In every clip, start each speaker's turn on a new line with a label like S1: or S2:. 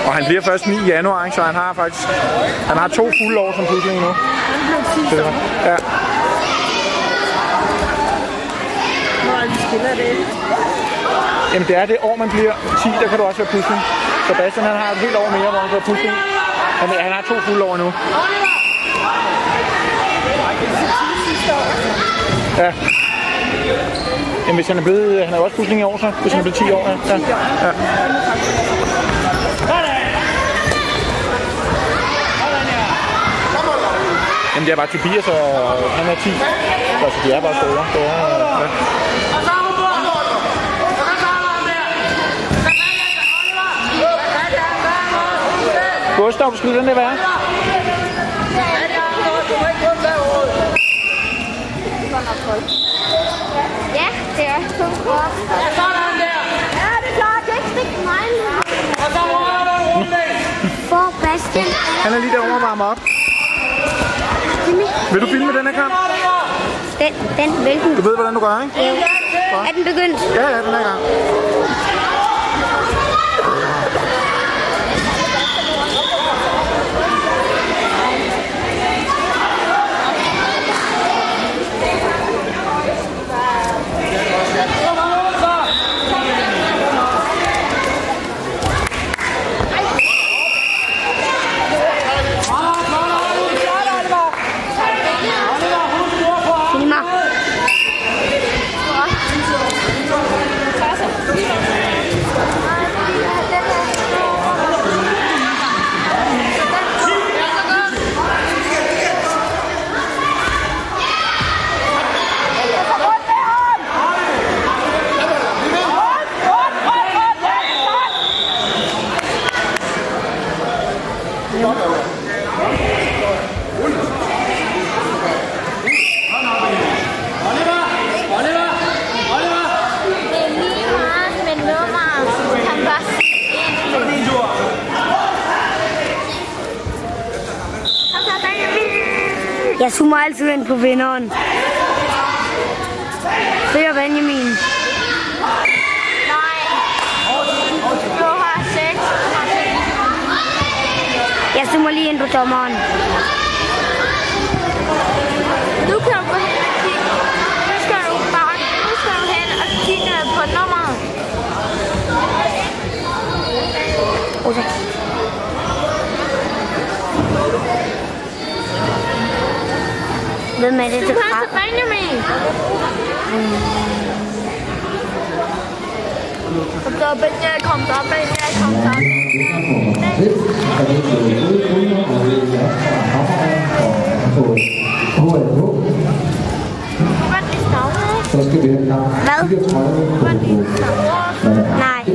S1: Og han bliver først 9. januar, så han har 2 fulde år som pusling nu.
S2: Han blev 10 år.
S1: Ja.
S2: Hvor er de skiller det?
S1: Jamen det er det år, man bliver 10, der kan du også være pusling. Sebastian han har et helt år mere, hvor han kan være pusling. Han har 2 fulde år nu. Ja. Jamen hvis han er blevet, han er også pusling i år så, hvis han er blevet 10 år. Ja. Ja. Jamen det er bare Tobias, og han er 10. Altså de er bare store. Ja. Gustav, hvor skulle den der være?
S3: Ja, det er også tungt. Ja, det er klart. Det er ikke stik mig. For Bastian.
S1: Han er lige derovre og varmer op. Vil du filme den her kamp?
S3: Den, hvilken?
S1: Du ved, hvordan du gør, ikke?
S3: Jo. Er den begyndt?
S1: Ja, den er i gang.
S3: Jeg zoomer altid ind på vinderen. Før Benjamin. Nej. Du har 6. Jeg zoomer lige ind på dommeren. Du kan gå hen og kigge. Nu skal du hen og kigge på nummeret. Okay. Hvem er det, der kommer til Benjamin? Kom så, Benjamin, kom så, Benjamin, kom så. Hvad? Nej.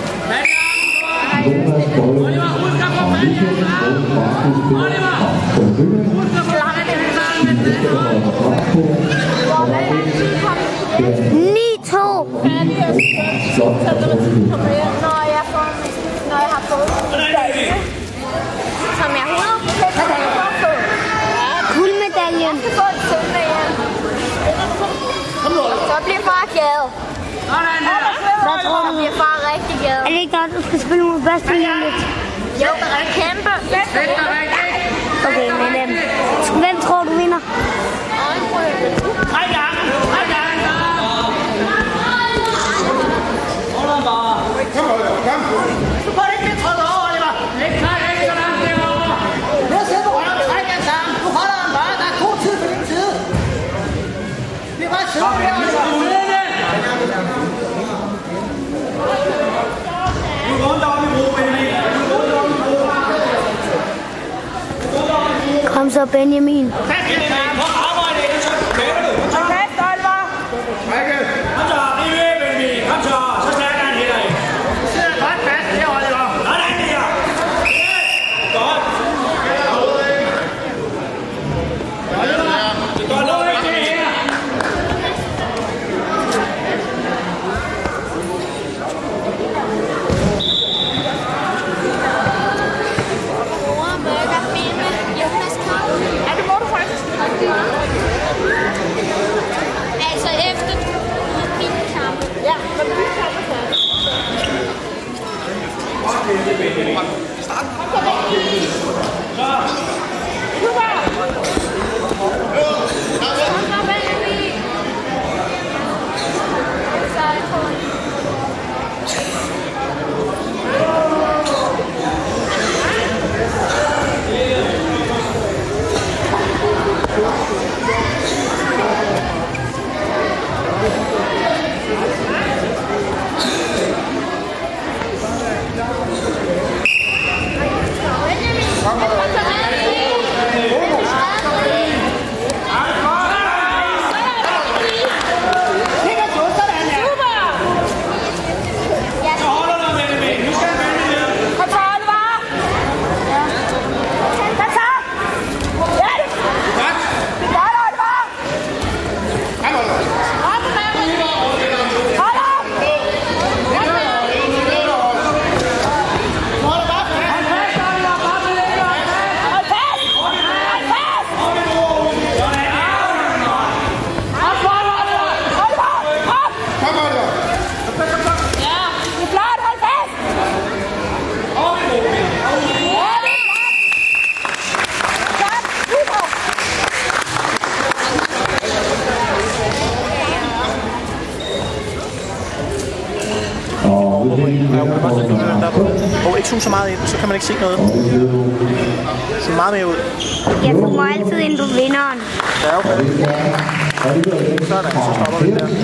S3: Når jeg har fået medalje, som jeg 100% har fået. Guldmedaljen. Jeg skal få et sølvmedalje. Så bliver far glad. Hvad tror du? Bliver far rigtig glad. Er det ikke godt, du skal spille mod Bastian lidt? Jo, det er kæmpe. Okay, men hvem tror du vinder?
S4: Du får ikke lidt tryk over, Oliver. Ikke så langt derovre. Nu sidder du rundt og trækker jer sammen. Du holder den bare. Der er god tid på din side. Vi er bare sidde her, Oliver. Du er rundt om i ro, Benjamin.
S3: Kom så, Benjamin.
S5: Ikke zoome så meget ind, så kan man ikke se noget. Så meget mere ud.
S3: Jeg zoomer altid ind på vinderen.
S5: Ja, okay. Sådan, så stopper vi der.